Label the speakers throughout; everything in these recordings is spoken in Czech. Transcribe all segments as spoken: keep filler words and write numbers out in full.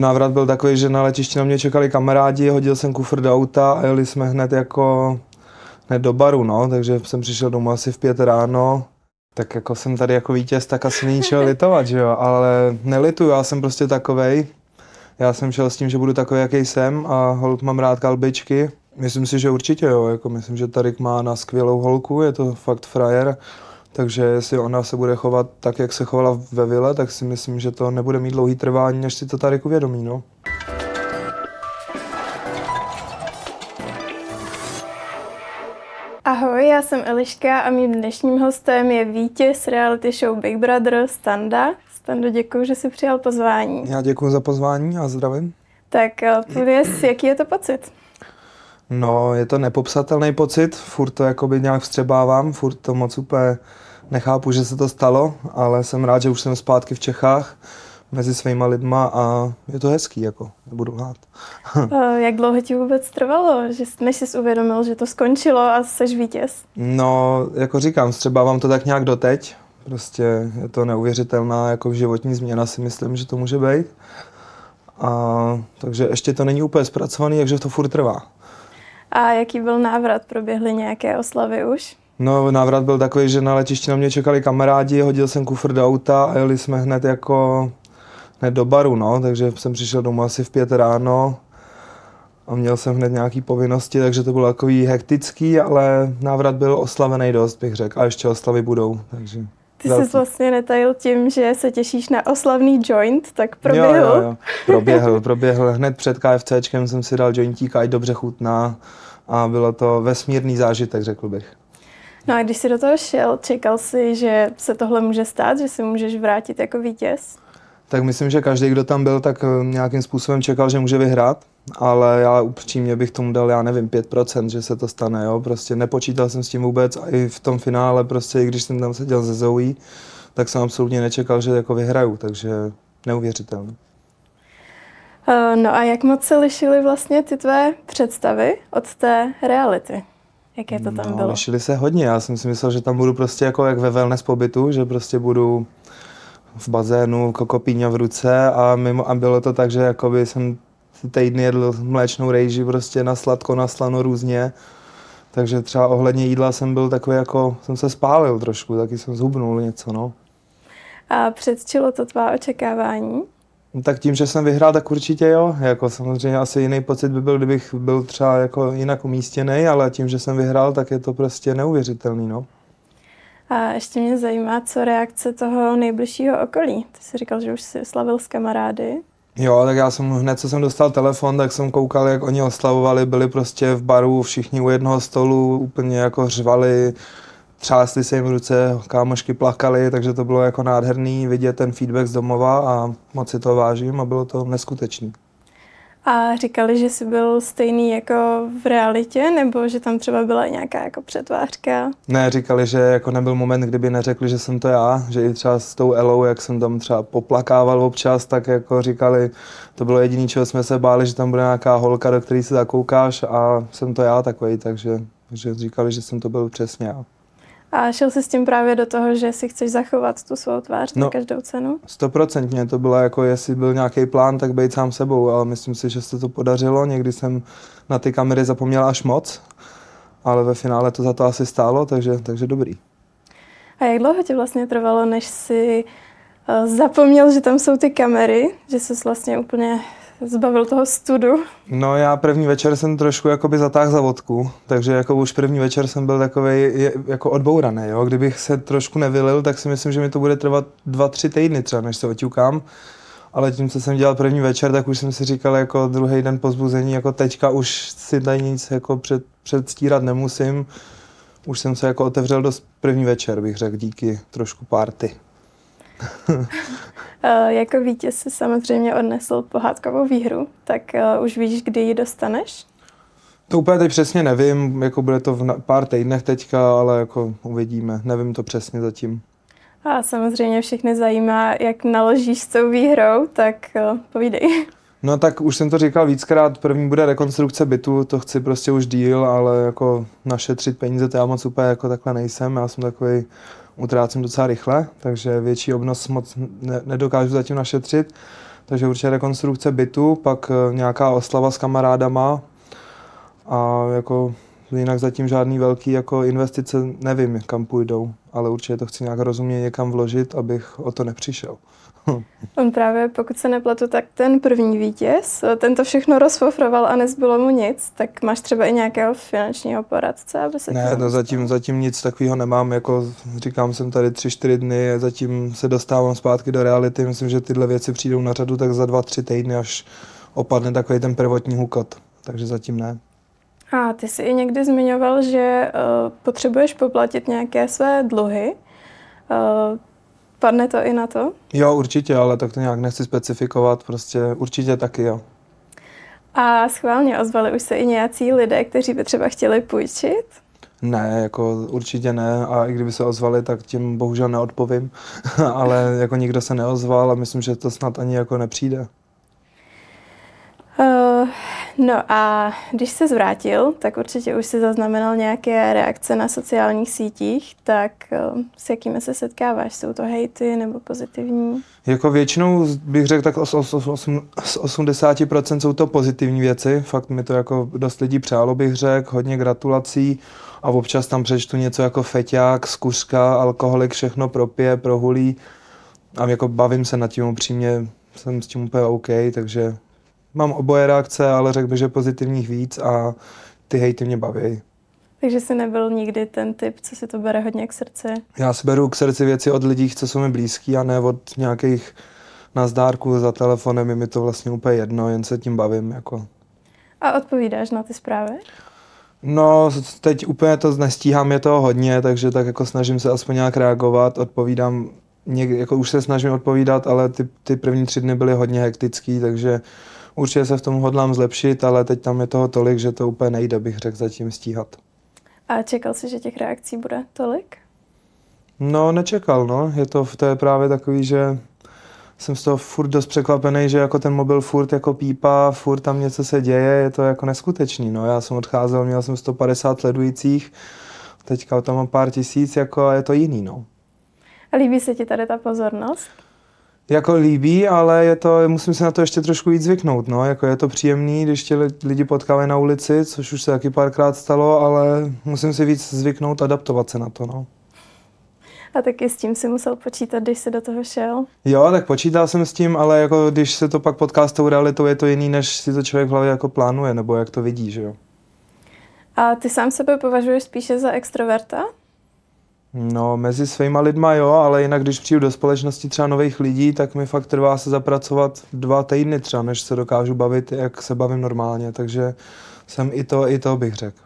Speaker 1: Návrat byl takový, že na letišti na mě čekali kamarádi, hodil jsem kufr do auta a jeli jsme hned jako hned do baru, no, takže jsem přišel domů asi v pět ráno. Tak jako jsem tady jako vítěz, tak asi není čeho litovat, že jo, ale nelituju, já jsem prostě takovej. Já jsem šel s tím, že budu takový, jaký jsem a holt mám rád kalbičky. Myslím si, že určitě jo, jako myslím, že Tarik má na skvělou holku, je to fakt frajer. Takže jestli ona se bude chovat tak, jak se chovala ve vile, tak si myslím, že to nebude mít dlouhý trvání, než si to Tarik uvědomí, no.
Speaker 2: Ahoj, já jsem Eliška a mým dnešním hostem je vítěz reality show Big Brother Standa. Stando, děkuji, že jsi přijal pozvání.
Speaker 1: Já děkuji za pozvání a zdravím.
Speaker 2: Tak pověz, jaký je to pocit?
Speaker 1: No, je to nepopsatelný pocit, furt to jakoby nějak vstřebávám, furt to moc úplně nechápu, že se to stalo, ale jsem rád, že už jsem zpátky v Čechách mezi svýma lidma a je to hezký, jako, nebudu lhát.
Speaker 2: Jak dlouho ti vůbec trvalo, že, než jsi uvědomil, že to skončilo a jsi vítěz?
Speaker 1: No, jako říkám, vstřebávám to tak nějak doteď, prostě je to neuvěřitelná jako životní změna, si myslím, že to může být. A, takže ještě to není úplně zpracovaný, takže to furt trvá.
Speaker 2: A jaký byl návrat? Proběhly nějaké oslavy už?
Speaker 1: No, návrat byl takový, že na letišti na mě čekali kamarádi, hodil jsem kufr do auta a jeli jsme hned jako hned do baru, no, takže jsem přišel domů asi v pět ráno a měl jsem hned nějaký povinnosti, takže to bylo takový hektický, ale návrat byl oslavený dost, bych řekl, a ještě oslavy budou, takže...
Speaker 2: Ty jsi vlastně netajil tím, že se těšíš na oslavný joint, tak proběhl.
Speaker 1: Jo, jo, jo. Proběhl, proběhl. Hned před KFCčkem jsem si dal jointík, ať dobře chutná a bylo to vesmírný zážitek, řekl bych.
Speaker 2: No a když jsi do toho šel, čekal jsi, že se tohle může stát, že si můžeš vrátit jako vítěz?
Speaker 1: Tak myslím, že každý, kdo tam byl, tak nějakým způsobem čekal, že může vyhrát, ale já upřímně bych tomu dal, já nevím, pět procent, že se to stane, jo, prostě nepočítal jsem s tím vůbec a i v tom finále, prostě i když jsem tam seděl se Zoe, tak jsem absolutně nečekal, že jako vyhraju, takže neuvěřitelné.
Speaker 2: No a jak moc se lišily vlastně ty tvé představy od té reality? Jaké to tam
Speaker 1: no,
Speaker 2: bylo?
Speaker 1: Lišily se hodně, já jsem si myslel, že tam budu prostě jako jak ve wellness pobytu, že prostě budu v bazénu, kokopíňa v ruce a, mimo, a bylo to tak, že jakoby jsem týdny jedl mléčnou rejži prostě na sladko, na slano různě. Takže třeba ohledně jídla jsem byl takový jako, jsem se spálil trošku, taky jsem zhubnul něco, no.
Speaker 2: A předčilo to tvá očekávání?
Speaker 1: No, tak tím, že jsem vyhrál, tak určitě jo. Jako samozřejmě asi jiný pocit by byl, kdybych byl třeba jako jinak umístěný, ale tím, že jsem vyhrál, tak je to prostě neuvěřitelný, no.
Speaker 2: A ještě mě zajímá, co reakce toho nejbližšího okolí. Ty jsi říkal, že už jsi slavil s kamarády.
Speaker 1: Jo, tak já jsem hned, co jsem dostal telefon, tak jsem koukal, jak oni oslavovali, byli prostě v baru, všichni u jednoho stolu, úplně jako řvali, třásli se jim v ruce, kámošky plakaly, takže to bylo jako nádherný vidět ten feedback z domova a moc si to vážím a bylo to neskutečný.
Speaker 2: A říkali, že jsi byl stejný jako v realitě, nebo že tam třeba byla nějaká jako přetvářka?
Speaker 1: Ne, říkali, že jako nebyl moment, kdyby neřekli, že jsem to já, že i třeba s tou Elou, jak jsem tam třeba poplakával občas, tak jako říkali, to bylo jediné, čeho jsme se báli, že tam bude nějaká holka, do které se zakoukáš a jsem to já takový, takže, takže říkali, že jsem to byl přesně já.
Speaker 2: A šel jsi s tím právě do toho, že si chceš zachovat tu svou tvář
Speaker 1: no,
Speaker 2: za každou cenu?
Speaker 1: Stoprocentně, to bylo jako, jestli byl nějaký plán, tak být sám sebou, ale myslím si, že se to podařilo. Někdy jsem na ty kamery zapomněl až moc, ale ve finále to za to asi stálo, takže, takže dobrý.
Speaker 2: A jak dlouho ti vlastně trvalo, než jsi zapomněl, že tam jsou ty kamery, že jsi vlastně úplně zbavil toho studu?
Speaker 1: No já první večer jsem trošku jakoby zatáhl za vodku, takže jako už první večer jsem byl takovej jako odbouraný, jo. Kdybych se trošku nevylil, tak si myslím, že mi to bude trvat dva, tři týdny třeba, než se oťukám. Ale tím, co jsem dělal první večer, tak už jsem si říkal jako druhý den po zbuzení, jako teďka už si tady nic jako před, předstírat nemusím. Už jsem se jako otevřel dost první večer, bych řekl, díky trošku party.
Speaker 2: Jako vítěz si samozřejmě odnesl pohádkovou výhru, tak uh, už víš, kdy ji dostaneš?
Speaker 1: To úplně teď přesně nevím, jako bude to v pár týdnech teďka, ale jako uvidíme, nevím to přesně zatím.
Speaker 2: A samozřejmě všechny zajímá, jak naložíš s tou výhrou, tak uh, povídej.
Speaker 1: No tak už jsem to říkal víckrát, první bude rekonstrukce bytu, to chci prostě už díl, ale jako našetřit peníze, to já moc úplně jako takhle nejsem, já jsem takový, utrácím docela rychle, takže větší obnos moc ne, nedokážu zatím našetřit. takže určitě rekonstrukce bytu, pak nějaká oslava s kamarádama a jako jinak zatím žádný velký jako investice nevím, kam půjdou, ale určitě to chci nějak rozumně někam vložit, abych o to nepřišel.
Speaker 2: On právě, pokud se nepletu, tak ten první vítěz, ten to všechno rozfofroval a nezbylo mu nic, tak máš třeba i nějakého finančního poradce, aby se...
Speaker 1: Ne, no zatím, zatím nic takového nemám, jako říkám, jsem tady tři, čtyři dny, zatím se dostávám zpátky do reality, myslím, že tyhle věci přijdou na řadu tak za dva, tři týdny, až opadne takový ten prvotní hukot, takže zatím ne.
Speaker 2: A ty jsi i někdy zmiňoval, že uh, potřebuješ poplatit nějaké své dluhy. Uh, padne to i na to?
Speaker 1: Jo, určitě, ale tak to nějak nechci specifikovat, prostě určitě taky jo.
Speaker 2: A schválně ozvali už se i nějací lidé, kteří by třeba chtěli půjčit?
Speaker 1: Ne, jako určitě ne a i kdyby se ozvali, tak tím bohužel neodpovím, ale jako nikdo se neozval a myslím, že to snad ani jako nepřijde.
Speaker 2: Uh, no a když se zvrátil, tak určitě už si zaznamenal nějaké reakce na sociálních sítích, tak uh, s jakými se setkáváš? Jsou to hejty nebo pozitivní?
Speaker 1: Jako většinou bych řekl, tak z osmdesát procent jsou to pozitivní věci, fakt mi to jako dost lidí přálo, bych řekl, hodně gratulací a občas tam přečtu něco jako feťák, skuřka, alkoholik, všechno propije, prohulí a jako bavím se nad tím upřímně, jsem s tím úplně OK, takže mám oboje reakce, ale řekl bych, že pozitivních víc a ty hejty mě baví.
Speaker 2: Takže jsi nebyl nikdy ten typ, co si to bere hodně k srdci?
Speaker 1: Já si beru k srdci věci od lidí, co jsou mi blízký a ne od nějakých nazdárků za telefonem, je mi to vlastně úplně jedno, jen se tím bavím. Jako.
Speaker 2: A odpovídáš na ty zprávy?
Speaker 1: No, teď úplně to nestíhám, je toho hodně, takže tak jako snažím se aspoň nějak reagovat, odpovídám, někdy, jako už se snažím odpovídat, ale ty, ty první tři dny byly hodně hektický, takže určitě se v tom hodlám zlepšit, ale teď tam je toho tolik, že to úplně nejde, bych řekl, zatím stíhat.
Speaker 2: A čekal jsi, že těch reakcí bude tolik?
Speaker 1: No, nečekal, no. Je to, to je právě takový, že jsem z toho furt dost překvapený, že jako ten mobil furt jako pípá, furt tam něco se děje, je to jako neskutečný, no. Já jsem odcházel, měl jsem sto padesát sledujících, teďka tam mám pár tisíc, jako a je to jiný, no.
Speaker 2: A líbí se ti tady ta pozornost?
Speaker 1: Jako líbí, ale je to, musím se na to ještě trošku víc zvyknout, no, jako je to příjemný, když tě lidi potkávají na ulici, což už se taky párkrát stalo, ale musím si víc zvyknout, adaptovat se na to, no.
Speaker 2: A taky s tím si musel počítat, když jsi do toho šel?
Speaker 1: Jo, tak počítal jsem s tím, ale jako když se to pak potká s tou realitou, je to jiný, než si to člověk v hlavě jako plánuje, nebo jak to vidí, že jo.
Speaker 2: A ty sám sebe považuješ spíše za extroverta?
Speaker 1: No, mezi svýma lidma jo, ale jinak, když přijdu do společnosti třeba nových lidí, tak mi fakt trvá se zapracovat dva týdny třeba, než se dokážu bavit, jak se bavím normálně, takže jsem i to, i to bych řekl.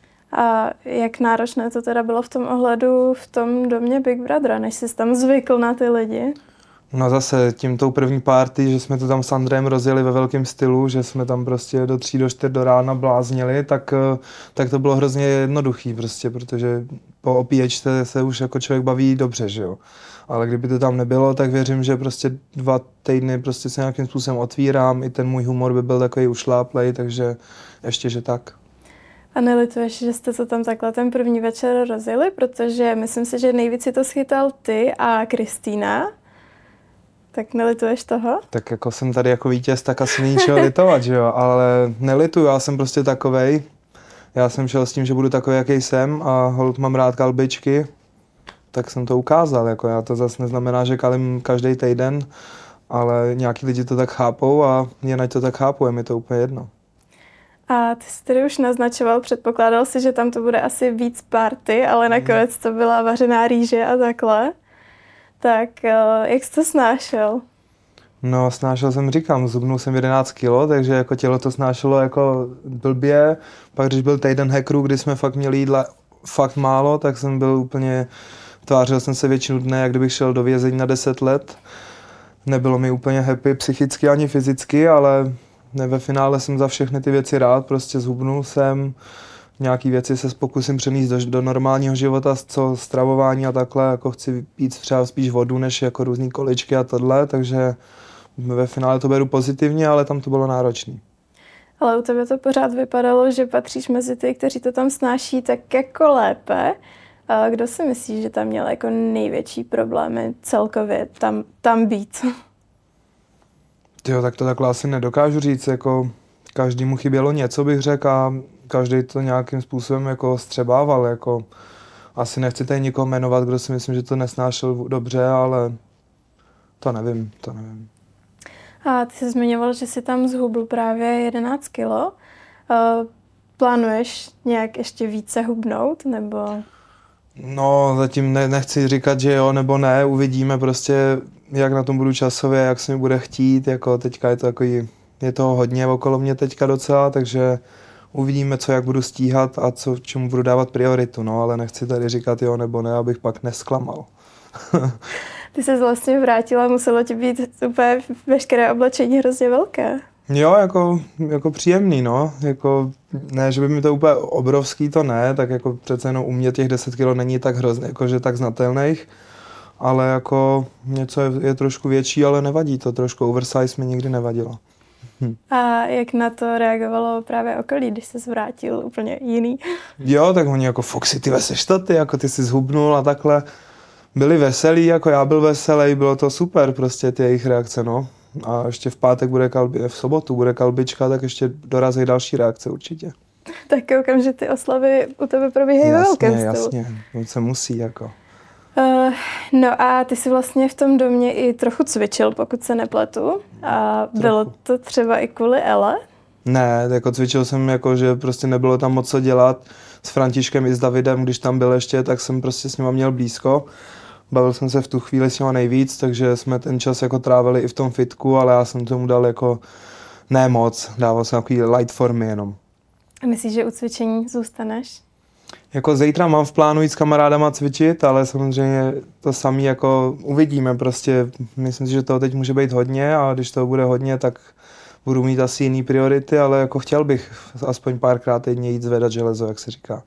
Speaker 2: A jak náročné to teda bylo v tom ohledu v tom domě Big Brothera, než jsi tam zvykl na ty lidi?
Speaker 1: No zase tím tou první party, že jsme to tam s Andrejem rozjeli ve velkém stylu, že jsme tam prostě do tří, do čtyř do rána bláznili, tak, tak to bylo hrozně jednoduchý prostě, protože po opíječce se už jako člověk baví dobře, že jo. Ale kdyby to tam nebylo, tak věřím, že prostě dva týdny prostě se nějakým způsobem otvírám, i ten můj humor by byl takový ušláplej, takže ještě, že tak.
Speaker 2: A nelituješ, že jste to tam takhle ten první večer rozjeli, protože myslím si, že nejvíc si to schytal ty a Kristýna. Tak nelituješ toho?
Speaker 1: Tak jako jsem tady jako vítěz, tak asi není čeho litovat, že jo, ale nelituju, já jsem prostě takovej. Já jsem šel s tím, že budu takový, jaký jsem a holt mám rád kalbičky, tak jsem to ukázal, jako já to zase neznamená, že kalím každý týden, ale nějaký lidi to tak chápou a jinak to tak chápou, je mi to úplně jedno.
Speaker 2: A ty jsi tedy už naznačoval, předpokládal si, že tam to bude asi víc party, ale nakonec to byla vařená rýže a takhle. Tak jak jsi to snášel?
Speaker 1: No, snášel jsem, říkám, zubnul jsem jedenáct kilo, takže jako tělo to snášelo jako blbě. Pak když byl týden hackerů, kdy jsme fakt měli jídla fakt málo, tak jsem byl úplně, tvářil jsem se většinu dne, jak kdybych šel do vězení na deset let. Nebylo mi úplně happy psychicky ani fyzicky, ale ne, ve finále jsem za všechny ty věci rád, prostě zhubnul jsem. Nějaký věci se pokusím přenést do, do normálního života, co stravování a takhle, jako chci pít třeba spíš vodu, než jako různý količky a tohle, takže ve finále to beru pozitivně, ale tam to bylo náročné.
Speaker 2: Ale u tebe to pořád vypadalo, že patříš mezi ty, kteří to tam snáší tak jako lépe. A kdo si myslí, že tam měl jako největší problémy celkově tam, tam být?
Speaker 1: Tyjo, tak to takhle asi nedokážu říct, jako každému chybělo něco, bych řekl, a každý to nějakým způsobem jako střebával, jako asi nechci tady nikoho jmenovat, kdo si myslím, že to nesnášel dobře, ale to nevím, to nevím.
Speaker 2: A ty jsi zmiňoval, že jsi tam zhubl právě jedenáct kilo. Uh, plánuješ nějak ještě více hubnout, nebo?
Speaker 1: No, zatím ne, nechci říkat, že jo nebo ne, uvidíme prostě, jak na tom budu časově, jak se mi bude chtít, jako teďka je to takový, je toho hodně okolo mě teďka docela, takže uvidíme, co jak budu stíhat a co, čemu budu dávat prioritu, no, ale nechci tady říkat jo nebo ne, abych pak nesklamal.
Speaker 2: Ty se vlastně vrátila, muselo ti být úplně veškeré oblečení hrozně velké.
Speaker 1: Jo, jako, jako příjemný, no, jako ne, že by mi to úplně obrovský, to ne, tak jako přece jenom u mě těch deset kilo není tak hrozně, jakože tak znatelných, ale jako něco je, je trošku větší, ale nevadí to, trošku oversize mi nikdy nevadilo. Hm.
Speaker 2: A jak na to reagovalo právě okolí, když se zvrátil úplně jiný?
Speaker 1: Jo, tak oni jako Foxy, ty veseš to ty, jako ty jsi zhubnul a takhle. Byli veselí, jako já byl veselý, bylo to super, prostě ty jejich reakce, no. A ještě v pátek bude kalbi, v sobotu bude kalbička, tak ještě dorazí další reakce určitě.
Speaker 2: Tak koukám, že ty oslavy u tebe probíhají ve velkém stylu.
Speaker 1: Jasně, jasně, to se musí, jako.
Speaker 2: Uh, no a ty jsi vlastně v tom domě i trochu cvičil, pokud se nepletu. A bylo trochu. To třeba i kvůli Ele?
Speaker 1: Ne, jako cvičil jsem, jako, že prostě nebylo tam moc co dělat. S Františkem i s Davidem, když tam byl ještě, tak jsem prostě s nima měl blízko. Bavil jsem se v tu chvíli s nima nejvíc, takže jsme ten čas jako trávili i v tom fitku, ale já jsem tomu dal jako ne moc, dával jsem takový light formy jenom.
Speaker 2: A myslíš, že u cvičení zůstaneš?
Speaker 1: Jako zítra mám v plánu jít s kamarádama cvičit, ale samozřejmě to samý jako uvidíme prostě. Myslím si, že toho teď může být hodně a když toho bude hodně, tak budu mít asi jiný priority, ale jako chtěl bych aspoň párkrát týdně jít zvedat železo, jak se říká.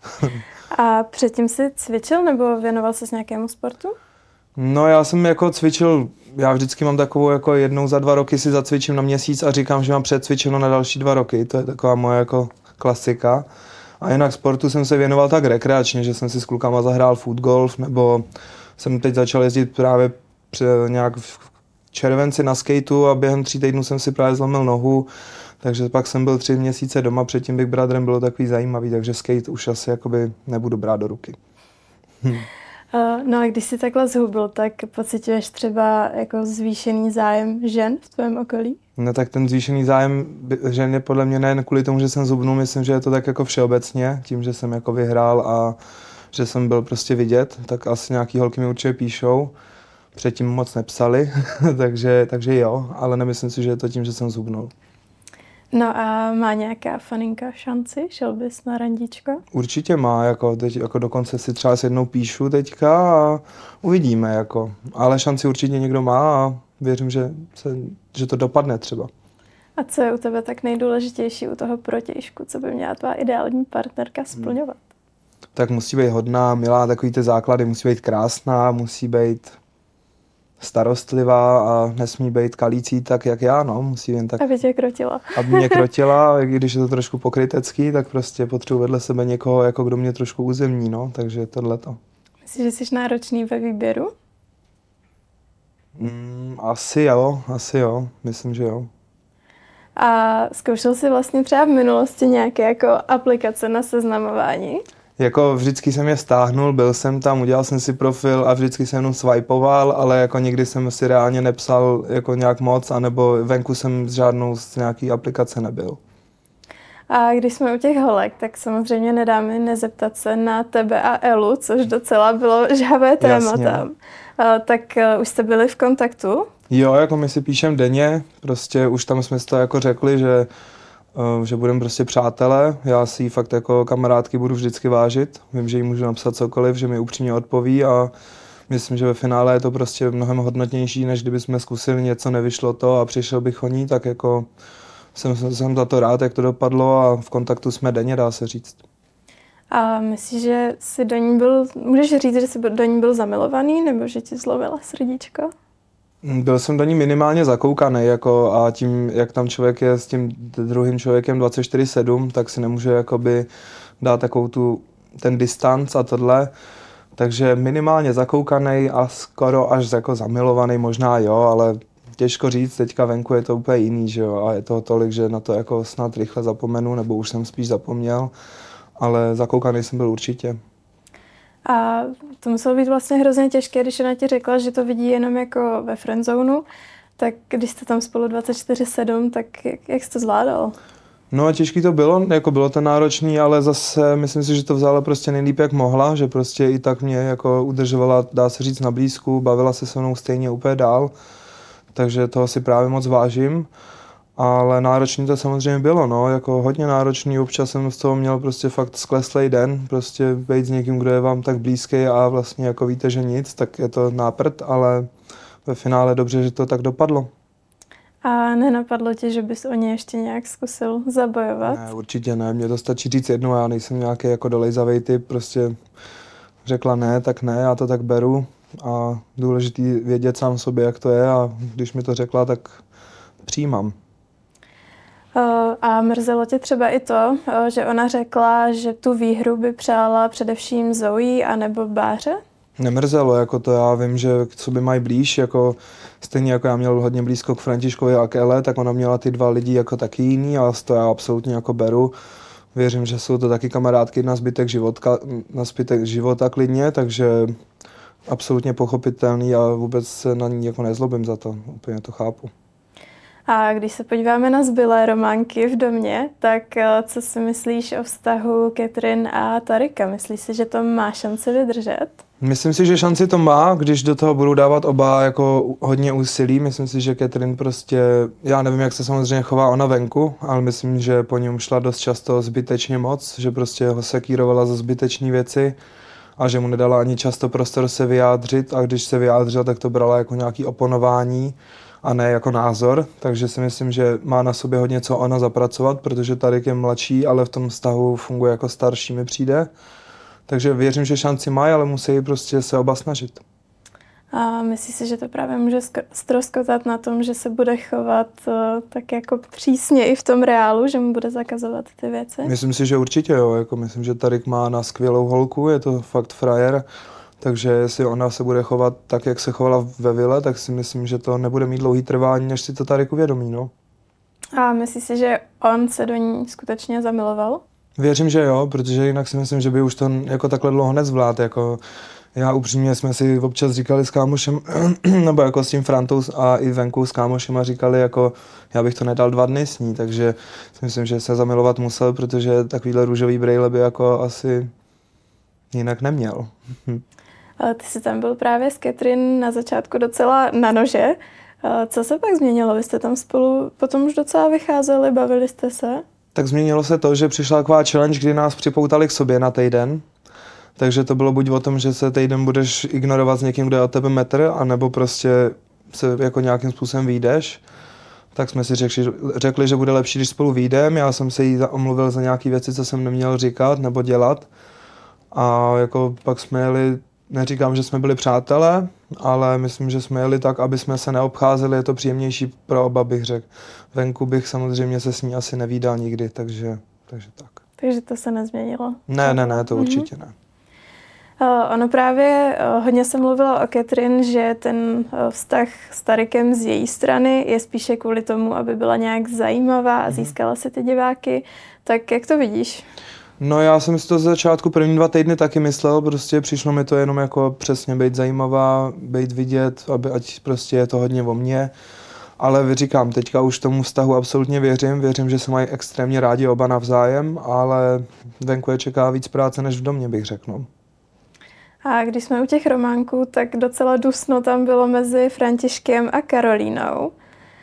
Speaker 2: A předtím jsi cvičil nebo věnoval ses nějakému sportu?
Speaker 1: No já jsem jako cvičil, já vždycky mám takovou jako jednou za dva roky si zacvičím na měsíc a říkám, že mám předcvičeno na další dva roky, to je taková moje jako klasika. A jinak sportu jsem se věnoval tak rekreačně, že jsem si s klukama zahrál foot golf, nebo jsem teď začal jezdit právě nějak v červenci na skateu a během tří týdnů jsem si právě zlomil nohu, takže pak jsem byl tři měsíce doma, před tím Big Brotherem bylo takový zajímavý, takže skate už asi jakoby nebudu brát do ruky. Hm.
Speaker 2: Uh, no a když jsi takhle zhubil, tak pociťuješ třeba jako zvýšený zájem žen v tvém okolí?
Speaker 1: No tak ten zvýšený zájem žen je podle mě nejen kvůli tomu, že jsem zhubnul, myslím, že je to tak jako všeobecně, tím, že jsem jako vyhrál a že jsem byl prostě vidět, tak asi nějaký holky mi určitě píšou. Předtím moc nepsali, takže, takže jo, ale nemyslím si, že je to tím, že jsem zhubnul.
Speaker 2: No a má nějaká faninka šanci? Šel bys na randíčko?
Speaker 1: Určitě má, jako, teď, jako dokonce si třeba s jednou píšu teďka a uvidíme, jako. Ale šanci určitě někdo má a věřím, že, se, že to dopadne třeba.
Speaker 2: A co je u tebe tak nejdůležitější u toho protějšku? Co by měla tvá ideální partnerka splňovat?
Speaker 1: Hmm. Tak musí být hodná, milá, takový ty základy, musí být krásná, musí být starostlivá a nesmí být kalící tak, jak já, no, musí jen tak...
Speaker 2: Aby tě krotila.
Speaker 1: Aby mě krotila, když je to trošku pokrytecký, tak prostě potřebuji vedle sebe někoho, jako kdo mě trošku uzemní, no, takže tohleto.
Speaker 2: Myslíš, že jsi náročný ve výběru?
Speaker 1: Mm, asi jo, asi jo, myslím, že jo.
Speaker 2: A zkoušel jsi vlastně třeba v minulosti nějaké jako aplikace na seznamování?
Speaker 1: Jako vždycky jsem je stáhnul, byl jsem tam, udělal jsem si profil a vždycky jsem jenom swipeoval, ale jako nikdy jsem si reálně nepsal jako nějak moc, anebo venku jsem s žádnou z nějaký aplikace nebyl. A
Speaker 2: když jsme u těch holek, tak samozřejmě nedáme nezeptat se na tebe a Elu, což docela bylo žhavé téma tam. A, tak uh, už jste byli v kontaktu?
Speaker 1: Jo, jako my si píšem denně, prostě už tam jsme si to jako řekli, že že budeme prostě přátelé, já si ji fakt jako kamarádky budu vždycky vážit, vím, že jí můžu napsat cokoliv, že mi upřímně odpoví a myslím, že ve finále je to prostě mnohem hodnotnější, než kdybychom zkusili něco, nevyšlo to a přišel bych o ní, tak jako jsem, jsem za to rád, jak to dopadlo a v kontaktu jsme denně, dá se říct.
Speaker 2: A myslíš, že jsi do ní byl, můžeš říct, že jsi do ní byl zamilovaný, nebo že ti zlovila srdíčko?
Speaker 1: Byl jsem do ní minimálně zakoukaný, jako a tím, jak tam člověk je s tím druhým člověkem dvacet čtyři sedm, tak si nemůže jakoby dát takovou tu, ten distanc a tohle. Takže minimálně zakoukaný a skoro až jako zamilovaný, možná jo, ale těžko říct, teďka venku je to úplně jiný, že jo, a je toho tolik, že na to jako snad rychle zapomenu, nebo už jsem spíš zapomněl, ale zakoukaný jsem byl určitě.
Speaker 2: A to muselo být vlastně hrozně těžké, když ona ti řekla, že to vidí jenom jako ve friendzonu, tak když jste tam spolu dvacet čtyři sedm, tak jak, jak jsi to zvládal?
Speaker 1: No a těžký to bylo, jako bylo to náročný, ale zase myslím si, že to vzala prostě nejlíp, jak mohla, že prostě i tak mě jako udržovala, dá se říct, na blízku, bavila se se mnou stejně úplně dál, takže toho si právě moc vážím, ale náročný to samozřejmě bylo, no, jako hodně náročný, občas jsem z toho měl prostě fakt skleslej den, prostě být s někým, kdo je vám tak blízký a vlastně jako víte, že nic, tak je to náprd, ale ve finále dobře, že to tak dopadlo.
Speaker 2: A nenapadlo ti, že bys o ně ještě nějak zkusil zabojovat?
Speaker 1: Ne, určitě ne, mně to stačí říct jednou, já nejsem nějaký jako dolejzavej typ, prostě řekla ne, tak ne, já to tak beru a důležitý vědět sám sobě, jak to je a když mi to řekla, tak přijímám.
Speaker 2: A mrzelo tě třeba i to, že ona řekla, že tu výhru by přála především Zoe anebo Báře?
Speaker 1: Nemrzelo, jako to já vím, že k sobě mají blíž, jako stejně jako já měl hodně blízko k Františkovi a k Ele, tak ona měla ty dva lidi jako taky jiný a to já absolutně jako beru. Věřím, že jsou to taky kamarádky na zbytek života, na zbytek života klidně, takže absolutně pochopitelný a vůbec se na ní jako nezlobím za to, úplně to chápu.
Speaker 2: A když se podíváme na zbylé románky v domě, tak co si myslíš o vztahu Catherine a Tarika? Myslíš si, že to má šanci vydržet?
Speaker 1: Myslím si, že šanci to má, když do toho budou dávat oba jako hodně úsilí. Myslím si, že Catherine prostě, já nevím, jak se samozřejmě chová ona venku, ale myslím, že po něm šla dost často zbytečně moc, že prostě ho sekírovala za zbytečné věci a že mu nedala ani často prostor se vyjádřit a když se vyjádřila, tak to brala jako nějaký oponování a ne jako názor, takže si myslím, že má na sobě hodně co ona zapracovat, protože Tarik je mladší, ale v tom vztahu funguje jako starší, mi přijde. Takže věřím, že šanci mají, ale musí prostě se oba snažit.
Speaker 2: A myslíš si, že to právě může ztroskotat na tom, že se bude chovat uh, tak jako přísně i v tom reálu, že mu bude zakazovat ty věci?
Speaker 1: Myslím si, že určitě jo, jako myslím, že Tarik má na skvělou holku, je to fakt frajer, takže jestli ona se bude chovat tak, jak se chovala ve vile, tak si myslím, že to nebude mít dlouhý trvání, než si to Tarik uvědomí, no.
Speaker 2: A myslíš si, že on se do ní skutečně zamiloval?
Speaker 1: Věřím, že jo, protože jinak si myslím, že by už to jako takhle dlouho nezvlád, jako já upřímně jsme si občas říkali s kámošem, nebo jako s tím Frantou a i venku s kámošem a říkali jako, já bych to nedal dva dny s ní, takže si myslím, že se zamilovat musel, protože takovýhle růžový brejle by jako asi jinak neměl.
Speaker 2: Ale ty jsi tam byl právě s Catherine na začátku docela na nože. Co se pak změnilo? Vy jste tam spolu potom už docela vycházeli, bavili jste se?
Speaker 1: Tak změnilo se to, že přišla taková challenge, kdy nás připoutali k sobě na týden. Takže to bylo buď o tom, že se týden budeš ignorovat s někým, kdo je od tebe metr, anebo prostě se jako nějakým způsobem vyjdeš. Tak jsme si řekli, řekli, že bude lepší, když spolu vyjdem. Já jsem se jí omluvil za nějaké věci, co jsem neměl říkat nebo dělat. A jako pak jsme jeli, neříkám, že jsme byli přátelé, ale myslím, že jsme jeli tak, aby jsme se neobcházeli, je to příjemnější pro oba, bych řekl. Venku bych samozřejmě se s ní asi nevídal nikdy, takže, takže tak.
Speaker 2: Takže to se nezměnilo?
Speaker 1: Ne, ne, ne, to mm-hmm. určitě ne.
Speaker 2: Uh, ono právě uh, hodně se mluvilo o Catherine, že ten uh, vztah s Tarikem z její strany je spíše kvůli tomu, aby byla nějak zajímavá a získala si ty diváky. Tak jak to vidíš?
Speaker 1: No já jsem si to z začátku první dva týdny taky myslel, prostě přišlo mi to jenom jako přesně být zajímavá, být vidět, aby ať prostě je to hodně o mně. Ale říkám, teďka už tomu vztahu absolutně věřím, věřím, že se mají extrémně rádi oba navzájem, ale venku je čeká víc práce než v domě, bych řekl.
Speaker 2: A když jsme u těch románků, tak docela dusno tam bylo mezi Františkem a Karolínou.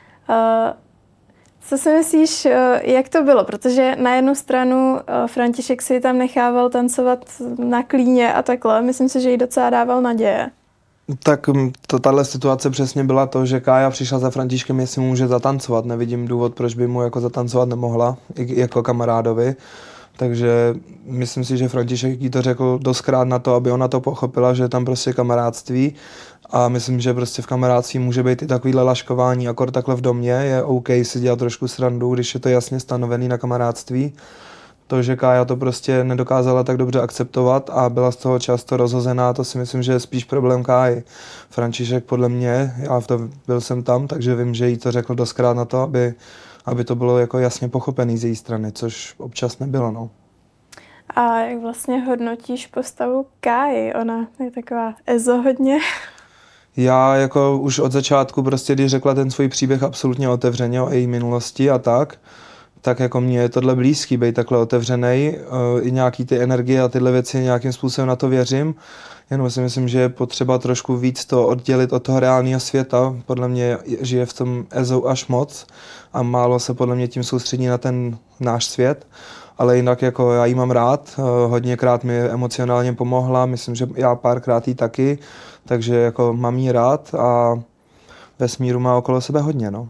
Speaker 2: Co si myslíš, jak to bylo? Protože na jednu stranu František si tam nechával tancovat na klíně a takhle. Myslím si, že jí docela dával naděje.
Speaker 1: Tak to, tahle situace přesně byla to, že Kája přišla za Františkem, jestli mu může zatancovat. Nevidím důvod, proč by mu jako zatancovat nemohla, i jako kamarádovi. Takže myslím si, že František jí to řekl doskrát na to, aby ona to pochopila, že je tam prostě kamarádství. A myslím, že prostě v kamarádství může být i takovýhle laškování, akor takhle v domě je OK si dělat trošku srandu, když je to jasně stanovený na kamarádství. to, že Kája to prostě nedokázala tak dobře akceptovat a byla z toho často rozhozená, to si myslím, že je spíš problém Káji. František podle mě, já v to byl jsem tam, takže vím, že jí to řekl doskrát na to, aby, aby to bylo jako jasně pochopený z její strany, což občas nebylo, no.
Speaker 2: A jak vlastně hodnotíš postavu Káji? Ona je taková ezo hodně.
Speaker 1: Já jako už od začátku prostě, když řekla ten svůj příběh absolutně otevřeně o její minulosti a tak, tak jako mně je tohle blízký, být takhle otevřenej, i nějaký ty energie a tyhle věci nějakým způsobem na to věřím, jenom si myslím, že je potřeba trošku víc to oddělit od toho reálného světa, podle mě žije v tom ezo až moc a málo se podle mě tím soustředí na ten náš svět, ale jinak jako já jí mám rád, hodněkrát mi emocionálně pomohla, myslím, že já párkrát jí taky, takže jako mám jí rád a vesmíru má okolo sebe hodně, no.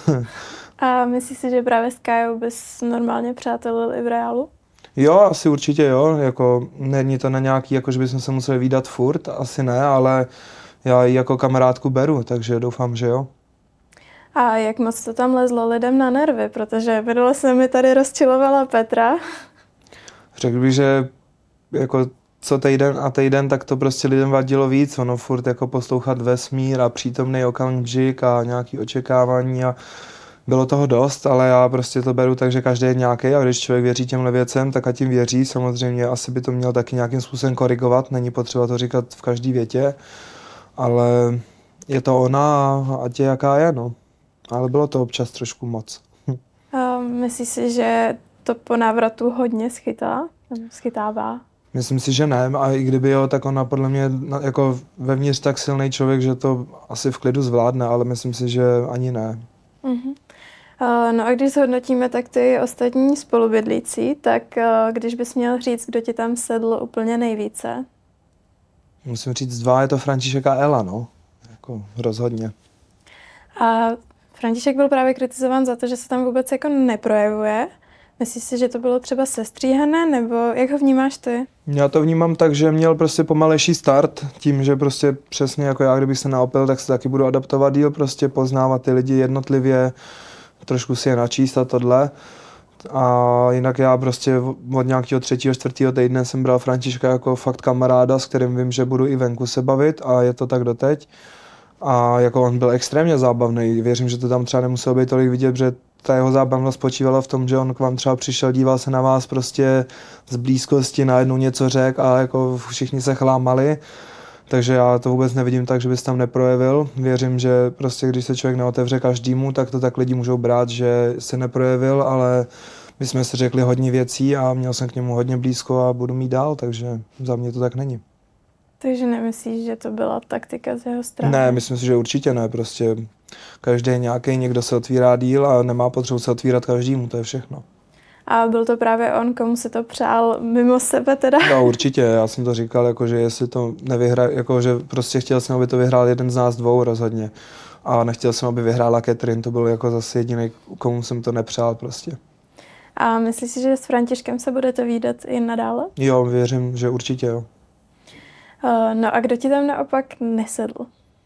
Speaker 2: A myslíš si, že právě s Kájou bys normálně přátelil i v reálu?
Speaker 1: Jo, asi určitě jo, jako není to na nějaký, jako že bychom se museli vídat furt, asi ne, ale já ji jako kamarádku beru, takže doufám, že jo.
Speaker 2: A jak moc to tam lezlo lidem na nervy, protože minule se mi tady rozčilovala Petra.
Speaker 1: Řekl bych, že jako co týden a týden, tak to prostě lidem vadilo víc, ono furt jako poslouchat vesmír a přítomný okamžik a nějaký očekávání a bylo toho dost, ale já prostě to beru tak, že každý je nějaký a když člověk věří těmhle věcem, tak a tím věří. Samozřejmě asi by to měl taky nějakým způsobem korigovat, není potřeba to říkat v každé větě, ale je to ona a ať je jaká je, no. Ale bylo to občas trošku moc.
Speaker 2: A myslíš si, že to po návratu hodně schytá, schytává?
Speaker 1: Myslím si, že ne, a i kdyby jo, tak ona podle mě jako vevnitř tak silný člověk, že to asi v klidu zvládne, ale myslím si, že ani ne.
Speaker 2: Uh-huh. Uh, no a když zhodnotíme tak ty ostatní spolubydlící, tak uh, když bys měl říct, kdo ti tam sedl úplně nejvíce?
Speaker 1: Musím říct dva, je to František a Ela, no. Jako rozhodně.
Speaker 2: A František byl právě kritizován za to, že se tam vůbec jako neprojevuje. Myslíš si, že to bylo třeba sestříhané, nebo jak ho vnímáš ty?
Speaker 1: Já to vnímám tak, že měl prostě pomalejší start, tím, že prostě přesně jako já, kdybych se naopil, tak se taky budu adaptovat díl, prostě poznávat ty lidi jednotlivě, trošku si je načíst a tohle. A jinak já prostě od nějakého třetího, čtvrtého týdne jsem bral Františka jako fakt kamaráda, s kterým vím, že budu i venku se bavit a je to tak doteď. A jako on byl extrémně zábavný, věřím, že to tam třeba nemuselo být tolik vidět, protože ta jeho zábavnost spočívala v tom, že on k vám třeba přišel, díval se na vás prostě z blízkosti, najednou něco řekl a jako všichni se chlámali. Takže já to vůbec nevidím tak, že bys tam neprojevil. Věřím, že prostě když se člověk neotevře každému, tak to tak lidi můžou brát, že se neprojevil, ale my jsme si řekli hodně věcí a měl jsem k němu hodně blízko a budu mít dál, takže za mě to tak není.
Speaker 2: Takže nemyslíš, že to byla taktika z jeho strany?
Speaker 1: Ne, myslím si, že určitě ne, prostě každý je nějaký, někdo se otvírá díl a nemá potřebu se otvírat každému, to je všechno.
Speaker 2: A byl to právě on, komu si to přál mimo sebe teda?
Speaker 1: No určitě, já jsem to říkal, jako, že jestli to nevyhra, jako, že prostě chtěl jsem, aby to vyhrál jeden z nás dvou rozhodně. A nechtěl jsem, aby vyhrála Catherine, to byl jako zase jediný, komu jsem to nepřál prostě.
Speaker 2: A myslíš si, že s Františkem se budete vídat i nadále?
Speaker 1: Jo, věřím, že určitě jo.
Speaker 2: Uh, no a kdo ti tam naopak nesedl?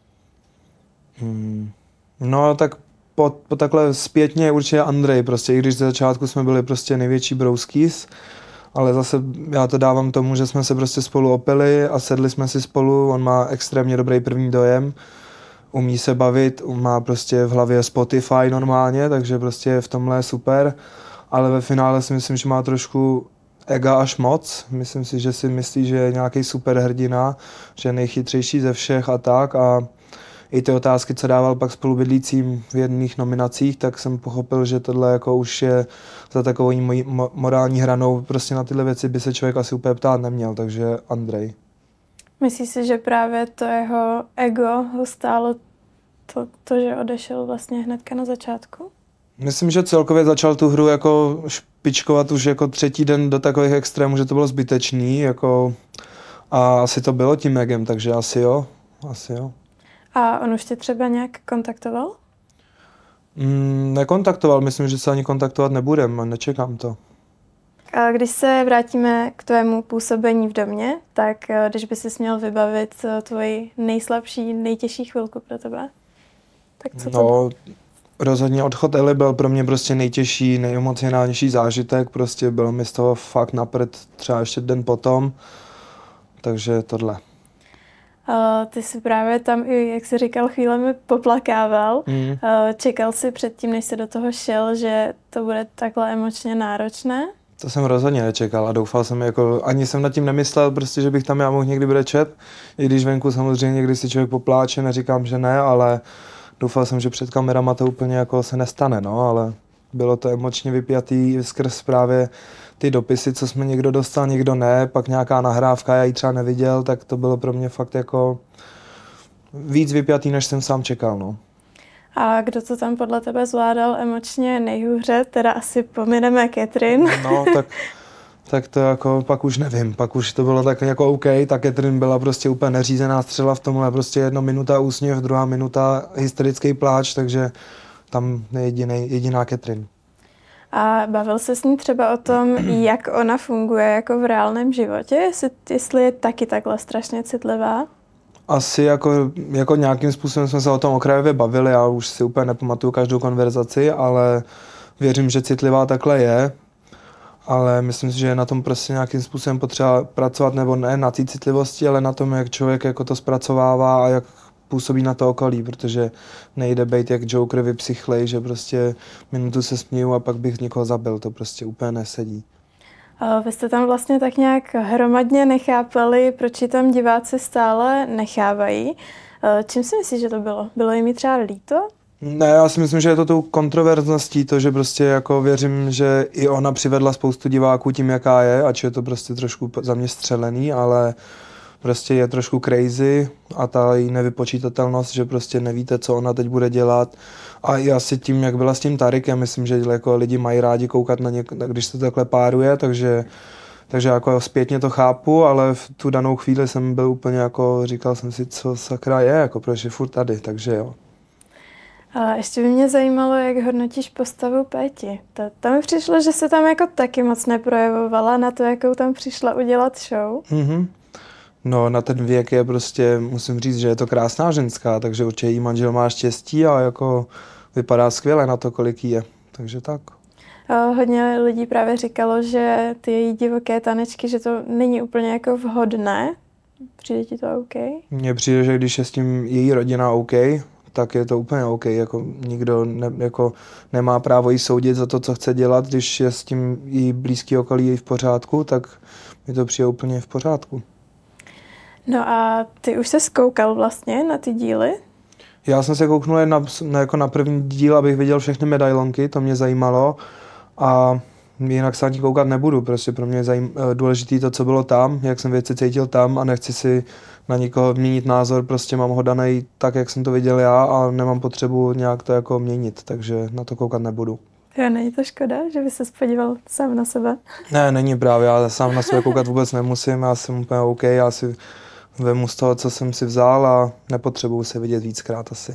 Speaker 1: Hmm. No tak po, po takhle zpětně určitě Andrej, prostě, i když ze začátku jsme byli prostě největší brouskýs, ale zase já to dávám tomu, že jsme se prostě spolu opili a sedli jsme si spolu, on má extrémně dobrý první dojem, umí se bavit, má prostě v hlavě Spotify normálně, takže prostě v tomhle je super, ale ve finále si myslím, že má trošku ega až moc, myslím si, že si myslí, že je nějaký superhrdina, že je nejchytřejší ze všech a tak a i ty otázky, co dával pak spolubydlícím v jedných nominacích, tak jsem pochopil, že tohle jako už je za takovou mojí morální hranou, prostě na tyhle věci by se člověk asi úplně ptát neměl, takže Andrej.
Speaker 2: Myslíš si, že právě to jeho ego ho stálo to, to, že odešel vlastně hnedka na začátku?
Speaker 1: Myslím, že celkově začal tu hru jako špičkovat už jako třetí den do takových extrémů, že to bylo zbytečný, jako a asi to bylo tím egem, takže asi jo, asi jo.
Speaker 2: A on už tě třeba nějak kontaktoval?
Speaker 1: Mm, nekontaktoval, myslím, že se ani kontaktovat nebudem, nečekám to.
Speaker 2: A když se vrátíme k tvému působení v domě, tak když by si měl vybavit tvoji nejslabší, nejtěžší chvilku pro tebe, tak co to
Speaker 1: No, Rozhodně odchod Eli byl pro mě prostě nejtěžší, nejemocionálnější zážitek, prostě bylo mi z toho fakt napřed třeba ještě den potom, takže tohle.
Speaker 2: Uh, ty jsi právě tam i, jak jsi říkal, chvílemi poplakával.
Speaker 1: Mm.
Speaker 2: Uh, čekal jsi předtím, než jsi do toho šel, že to bude takhle emočně náročné?
Speaker 1: To jsem rozhodně nečekal a doufal jsem, jako, ani jsem nad tím nemyslel, prostě, že bych tam já mohl někdy brečet, i když venku samozřejmě někdy si člověk popláče, neříkám, že ne, ale doufal jsem, že před kamerama to úplně jako se nestane, no, ale bylo to emočně vypjatý skrz právě ty dopisy, co jsme někdo dostal, někdo ne, pak nějaká nahrávka, já ji třeba neviděl, tak to bylo pro mě fakt jako víc vypjatý, než jsem sám čekal, no.
Speaker 2: A kdo to tam podle tebe zvládal emočně nejhůře? Teda asi pomineme Catherine.
Speaker 1: No, tak, tak to jako pak už nevím, pak už to bylo tak jako OK, ta Catherine byla prostě úplně neřízená střela v tomhle, prostě jedna minuta úsměv, druhá minuta hysterický pláč, takže tam je jedinej, jediná Catherine.
Speaker 2: A bavil se s ní třeba o tom, jak ona funguje jako v reálném životě, jestli, jestli je taky takhle strašně citlivá?
Speaker 1: Asi jako, jako nějakým způsobem jsme se o tom okrajově bavili, já už si úplně nepamatuju každou konverzaci, ale věřím, že citlivá takhle je, ale myslím si, že je na tom prostě nějakým způsobem potřeba pracovat, nebo ne na té citlivosti, ale na tom, jak člověk jako to zpracovává a jak působí na to okolí, protože nejde být jak Joker vypsychlej, že prostě minutu se směju a pak bych někoho zabil, to prostě úplně nesedí.
Speaker 2: Vy jste tam vlastně tak nějak hromadně nechápali, proč ji tam diváci stále nechávají. Čím si myslíš, že to bylo? Bylo jim třeba líto?
Speaker 1: Ne, já si myslím, že je to tou kontroverzností, to, že prostě jako věřím, že i ona přivedla spoustu diváků tím, jaká je, ač je to prostě trošku za mě střelený, ale prostě je trošku crazy a ta její nevypočítatelnost, že prostě nevíte, co ona teď bude dělat. A i asi tím, jak byla s tím Tarikem, myslím, že jako lidi mají rádi koukat na ně, když se to takhle páruje, takže, takže jako zpětně to chápu, ale v tu danou chvíli jsem byl úplně jako, říkal jsem si, co sakra je, jako proč je furt tady, takže jo.
Speaker 2: A ještě by mě zajímalo, jak hodnotíš postavu Péti. Ta, tam mi přišlo, že se tam jako taky moc neprojevovala na to, jakou tam přišla udělat show.
Speaker 1: Mm-hmm. No, na ten věk je prostě, musím říct, že je to krásná ženská, takže určitě jí manžel má štěstí a jako vypadá skvěle na to, kolik jí je. Takže tak.
Speaker 2: A hodně lidí právě říkalo, že ty její divoké tanečky, že to není úplně jako vhodné. Přijde ti to OK?
Speaker 1: Mně přijde, že když je s tím její rodina OK, tak je to úplně OK. Jako nikdo ne, jako nemá právo jí soudit za to, co chce dělat. Když je s tím její blízký okolí v pořádku, tak mi to přijde úplně v pořádku.
Speaker 2: No a ty už se zkoukal vlastně na ty díly?
Speaker 1: Já jsem se kouknul jen na, na, jako na první díl, abych viděl všechny medailonky, to mě zajímalo a jinak se ani koukat nebudu, prostě pro mě je zajím, důležitý to, co bylo tam, jak jsem věci cítil tam a nechci si na nikoho měnit názor, prostě mám ho danej tak, jak jsem to viděl já a nemám potřebu nějak to jako měnit, takže na to koukat nebudu.
Speaker 2: Jo, není to škoda, že by se podíval sám na sebe?
Speaker 1: Ne, není právě, já sám na sebe koukat vůbec nemusím, já jsem úplně OK, já si vemu z toho, co jsem si vzal a nepotřebuju se vidět víckrát asi.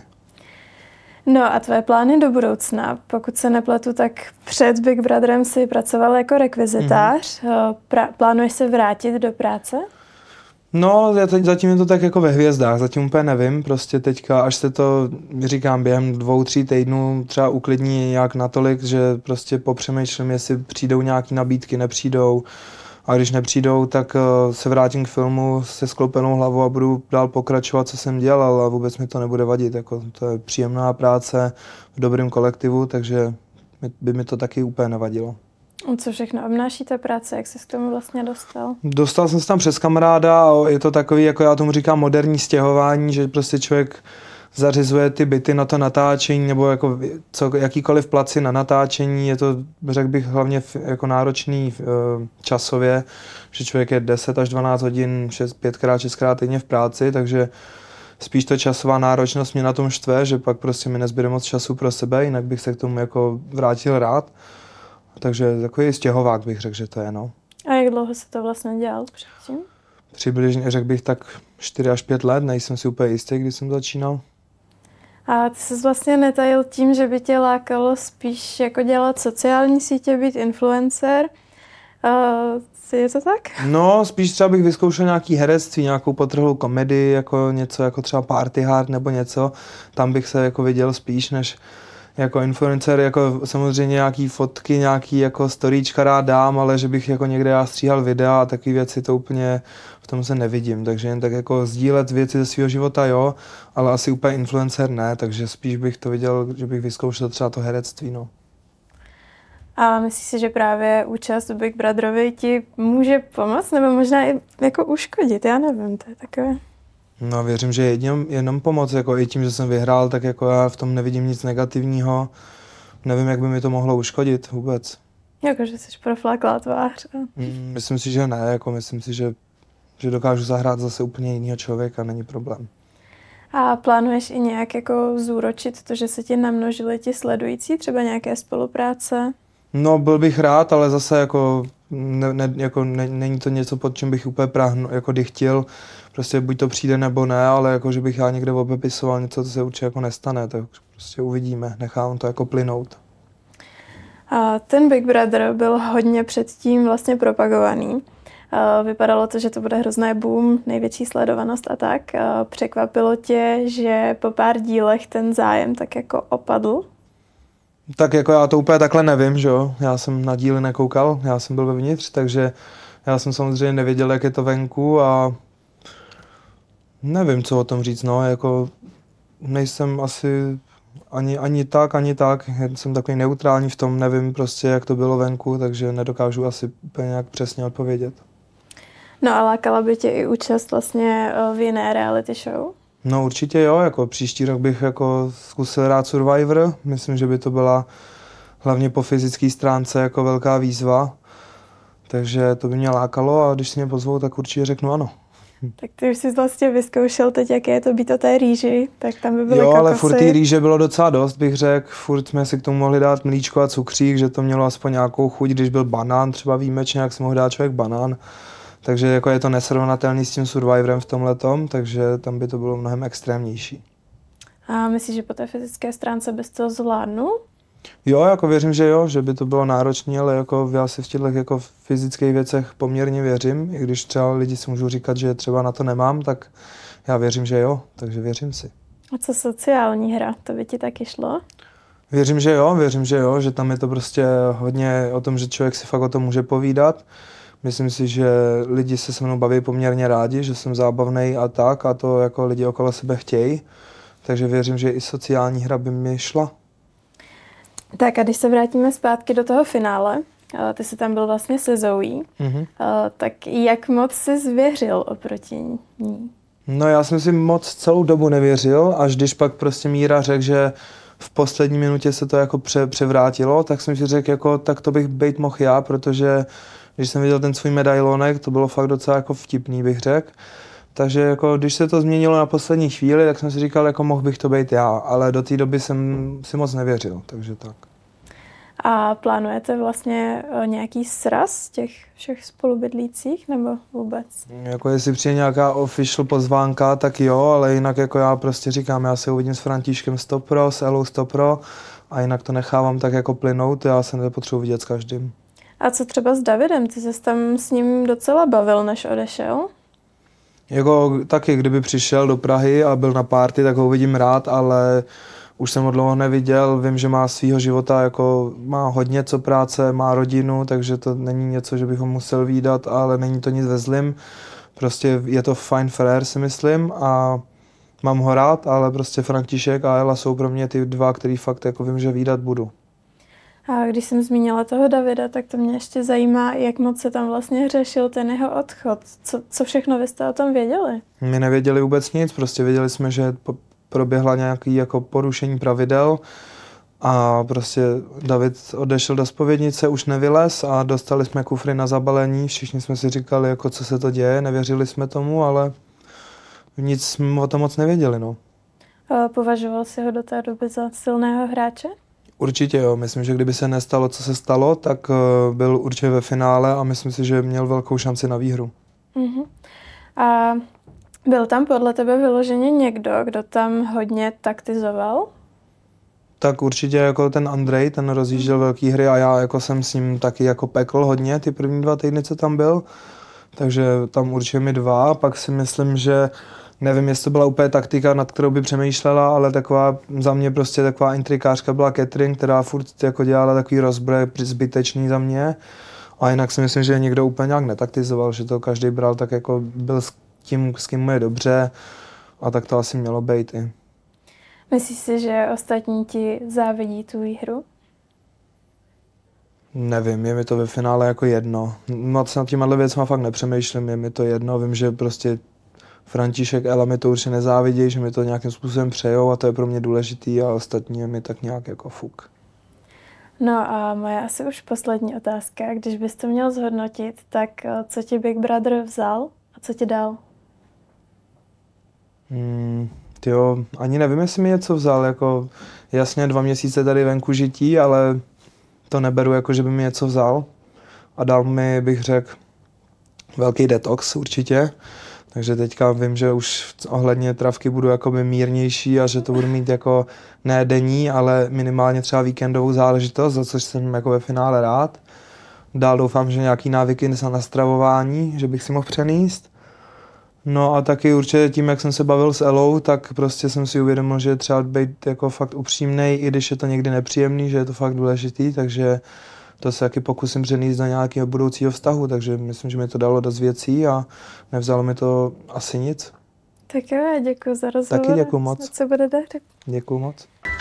Speaker 2: No a tvoje plány do budoucna? Pokud se nepletu, tak před Big Brotherem si pracoval jako rekvizitář. Mm-hmm. Pra- plánuješ se vrátit do práce?
Speaker 1: No, já teď zatím je to tak jako ve hvězdách, zatím úplně nevím, prostě teďka, až se to, říkám, během dvou, tří týdnů třeba uklidní nějak natolik, že prostě popřemýšlím, jestli přijdou nějaký nabídky, nepřijdou. A když nepřijdou, tak uh, se vrátím k filmu se skloupenou hlavou a budu dál pokračovat, co jsem dělal a vůbec mi to nebude vadit. Jako, to je příjemná práce v dobrém kolektivu, takže by mi to taky úplně nevadilo.
Speaker 2: Co všechno obnáší ta práce, jak jsi k tomu vlastně dostal?
Speaker 1: Dostal jsem se tam přes kamaráda a je to takový, jako já tomu říkám, moderní stěhování, že prostě člověk zařizuje ty byty na to natáčení nebo jako co, jakýkoliv placi na natáčení, je to, řekl bych, hlavně jako náročný uh, časově, že člověk je deset až dvanáct hodin, šest, pětkrát, šestkrát týdně v práci, takže spíš ta časová náročnost mě na tom štve, že pak prostě mi nezbyde moc času pro sebe, jinak bych se k tomu jako vrátil rád. Takže takový stěhovák bych řekl, že to je, no.
Speaker 2: A jak dlouho jsi to vlastně dělal předtím?
Speaker 1: Přibližně, řekl bych, tak čtyři až pět let, nejsem si úplně jistý, když jsem začínal.
Speaker 2: A ty jsi vlastně netajil tím, že by tě lákalo spíš jako dělat sociální sítě, být influencer. Uh, je to tak?
Speaker 1: No, spíš třeba bych vyzkoušel nějaký herectví, nějakou potrhlou komedii, jako něco jako třeba Party Hard nebo něco. Tam bych se jako viděl spíš, než jako influencer, jako samozřejmě nějaký fotky, nějaký jako storíčka rád dám, ale že bych jako někde já stříhal videa a takové věci, to úplně v tom se nevidím, takže jen tak jako sdílet věci ze svého života, jo, ale asi úplně influencer ne, takže spíš bych to viděl, že bych vyzkoušel třeba to herectví, no.
Speaker 2: A myslíš si, že právě účast u Big Brotherovi ti může pomoct, nebo možná i jako uškodit, já nevím, to je takové.
Speaker 1: No věřím, že jedním, jenom pomoc, jako i tím, že jsem vyhrál, tak jako já v tom nevidím nic negativního, nevím, jak by mi to mohlo uškodit vůbec.
Speaker 2: Jako, že jsi profláklá tvář. A...
Speaker 1: Mm, myslím si, že ne, jako myslím si, že, že dokážu zahrát zase úplně jiného člověka, není problém.
Speaker 2: A plánuješ i nějak jako zúročit to, že se ti namnožili ti sledující, třeba nějaké spolupráce?
Speaker 1: No, byl bych rád, ale zase jako, ne, ne, jako ne, není to něco, pod čím bych úplně práhnul, jako chtěl. Prostě buď to přijde nebo ne, ale jako, že bych já někde obepisoval něco, co se určitě jako nestane, tak prostě uvidíme, nechám to jako plynout.
Speaker 2: A ten Big Brother byl hodně předtím vlastně propagovaný. A vypadalo to, že to bude hrozné boom, největší sledovanost a tak. A překvapilo tě, že po pár dílech ten zájem tak jako opadl?
Speaker 1: Tak jako já to úplně takhle nevím, že jo, já jsem na díly nekoukal, já jsem byl vevnitř, takže já jsem samozřejmě nevěděl, jak je to venku a nevím, co o tom říct, no, jako nejsem asi ani, ani tak, ani tak, jsem takový neutrální v tom, nevím prostě, jak to bylo venku, takže nedokážu asi úplně nějak přesně odpovědět.
Speaker 2: No a lákala by tě i účast vlastně v jiné reality show?
Speaker 1: No určitě jo, jako příští rok bych jako zkusil rád Survivor, myslím, že by to byla hlavně po fyzické stránce jako velká výzva, takže to by mě lákalo a když si mě pozvou, tak určitě řeknu ano.
Speaker 2: Tak ty už jsi vlastně vyzkoušel teď, jak je to být o té rýži, tak tam by byly
Speaker 1: Jo,
Speaker 2: kokosy.
Speaker 1: ale furt té rýže bylo docela dost, bych řekl, furt jsme si k tomu mohli dát mlíčko a cukřík, že to mělo aspoň nějakou chuť, když byl banán, třeba výjimečně, jak si mohl dát člověk banán. Takže jako je to nesrovnatelný s tím Survivorem v tomhletom, takže tam by to bylo mnohem extrémnější.
Speaker 2: A myslíš, že po té fyzické stránce bys to zvládnul?
Speaker 1: Jo, jako věřím, že jo, že by to bylo náročné, ale jako já si v těchto jako fyzických věcech poměrně věřím, i když třeba lidi si můžou říkat, že třeba na to nemám, tak já věřím, že jo, takže věřím si.
Speaker 2: A co sociální hra, to by ti taky šlo?
Speaker 1: Věřím, že jo, věřím, že jo, že tam je to prostě hodně o tom, že člověk si fakt o tom může povídat. Myslím si, že lidi se se mnou baví poměrně rádi, že jsem zábavnej a tak a to jako lidi okolo sebe chtějí. Takže věřím, že i sociální hra by mi šla.
Speaker 2: Tak a když se vrátíme zpátky do toho finále, ty jsi tam byl vlastně se Zoe, mm-hmm. tak jak moc jsi zvěřil oproti ní?
Speaker 1: No já jsem si moc celou dobu nevěřil, až když pak prostě Míra řekl, že v poslední minutě se to jako pře- převrátilo, tak jsem si řekl, jako, tak to bych bejt mohl já, protože když jsem viděl ten svůj medailonek, to bylo fakt docela jako vtipný, bych řekl. Takže jako, když se to změnilo na poslední chvíli, tak jsem si říkal, jako mohl bych to být já, ale do té doby jsem si moc nevěřil, takže tak.
Speaker 2: A plánujete vlastně nějaký sraz těch všech spolubydlících, nebo vůbec?
Speaker 1: Jako jestli přijde nějaká official pozvánka, tak jo, ale jinak jako já prostě říkám, já se uvidím s Františkem sto pro, s Elou sto pro a jinak to nechávám tak jako plynout, já se nepotřebuji vidět s každým.
Speaker 2: A co třeba s Davidem? Ty jsi tam s ním docela bavil, než odešel?
Speaker 1: Jako taky, kdyby přišel do Prahy a byl na party, tak ho uvidím rád, ale už jsem ho dlouho neviděl, vím, že má svýho života, jako má hodně co práce, má rodinu, takže to není něco, že bych ho musel vídat, ale není to nic ve zlým. Prostě je to fajn frér, si myslím, a mám ho rád, ale prostě František a Ela jsou pro mě ty dva, který fakt jako vím, že vídat budu.
Speaker 2: A když jsem zmínila toho Davida, tak to mě ještě zajímá, jak moc se tam vlastně řešil ten jeho odchod. Co, co všechno vy jste o tom věděli?
Speaker 1: My nevěděli vůbec nic, prostě věděli jsme, že proběhla nějaké jako porušení pravidel a prostě David odešel do zpovědnice, už nevylez a dostali jsme kufry na zabalení, všichni jsme si říkali, jako co se to děje, nevěřili jsme tomu, ale nic jsme o tom moc nevěděli, no.
Speaker 2: A považoval jsi ho do té doby za silného hráče?
Speaker 1: Určitě jo, myslím, že kdyby se nestalo, co se stalo, tak byl určitě ve finále a myslím si, že měl velkou šanci na výhru.
Speaker 2: Uh-huh. A byl tam podle tebe vyloženě někdo, kdo tam hodně taktizoval?
Speaker 1: Tak určitě jako ten Andrej, ten rozjížděl velký hry a já jako jsem s ním taky jako pekl hodně ty první dva týdny, co tam byl. Takže tam určitě mi dva. Pak si myslím, že Nevím, jestli to byla úplně taktika, nad kterou by přemýšlela, ale taková za mě prostě taková intrikářka byla Catherine, která furt jako dělala takový rozbroj zbytečný za mě. A jinak si myslím, že někdo úplně nějak netaktizoval, že to každý bral tak jako byl s tím, s kým mu je dobře a tak to asi mělo být i.
Speaker 2: Myslíš si, že ostatní ti závidí tu výhru?
Speaker 1: Nevím, je mi to ve finále jako jedno. Moc nad těma věcma fakt nepřemýšlím, je mi to jedno. Vím, že prostě František, Ela mi to určitě nezávidí, že mi to nějakým způsobem přejou a to je pro mě důležitý a ostatní je mi tak nějak jako fuk.
Speaker 2: No a moje asi už poslední otázka. Když bys to měl zhodnotit, tak co ti Big Brother vzal a co ti dal?
Speaker 1: Hmm, tyjo, ani nevím, jestli mi něco vzal. Jako, jasně dva měsíce tady venku žití, ale to neberu jako, že by mi něco vzal. A dal mi, bych řekl, velký detox určitě. Takže teďka vím, že už ohledně travky budu jakoby mírnější a že to budu mít jako ne denní, ale minimálně třeba víkendovou záležitost, za což jsem jako ve finále rád. Dál doufám, že nějaký návyky na stravování, že bych si mohl přenést. No a taky určitě tím, jak jsem se bavil s Elou, tak prostě jsem si uvědomil, že je třeba být jako fakt upřímnej, i když je to někdy nepříjemný, že je to fakt důležitý, takže to se taky pokusím přenést do nějakého budoucího vztahu, takže myslím, že mi to dalo dost věcí a nevzalo mi to asi nic.
Speaker 2: Tak jo, děkuji za rozhovor.
Speaker 1: Taky děkuji moc.
Speaker 2: Snad se bude dařit.
Speaker 1: Děkuji moc.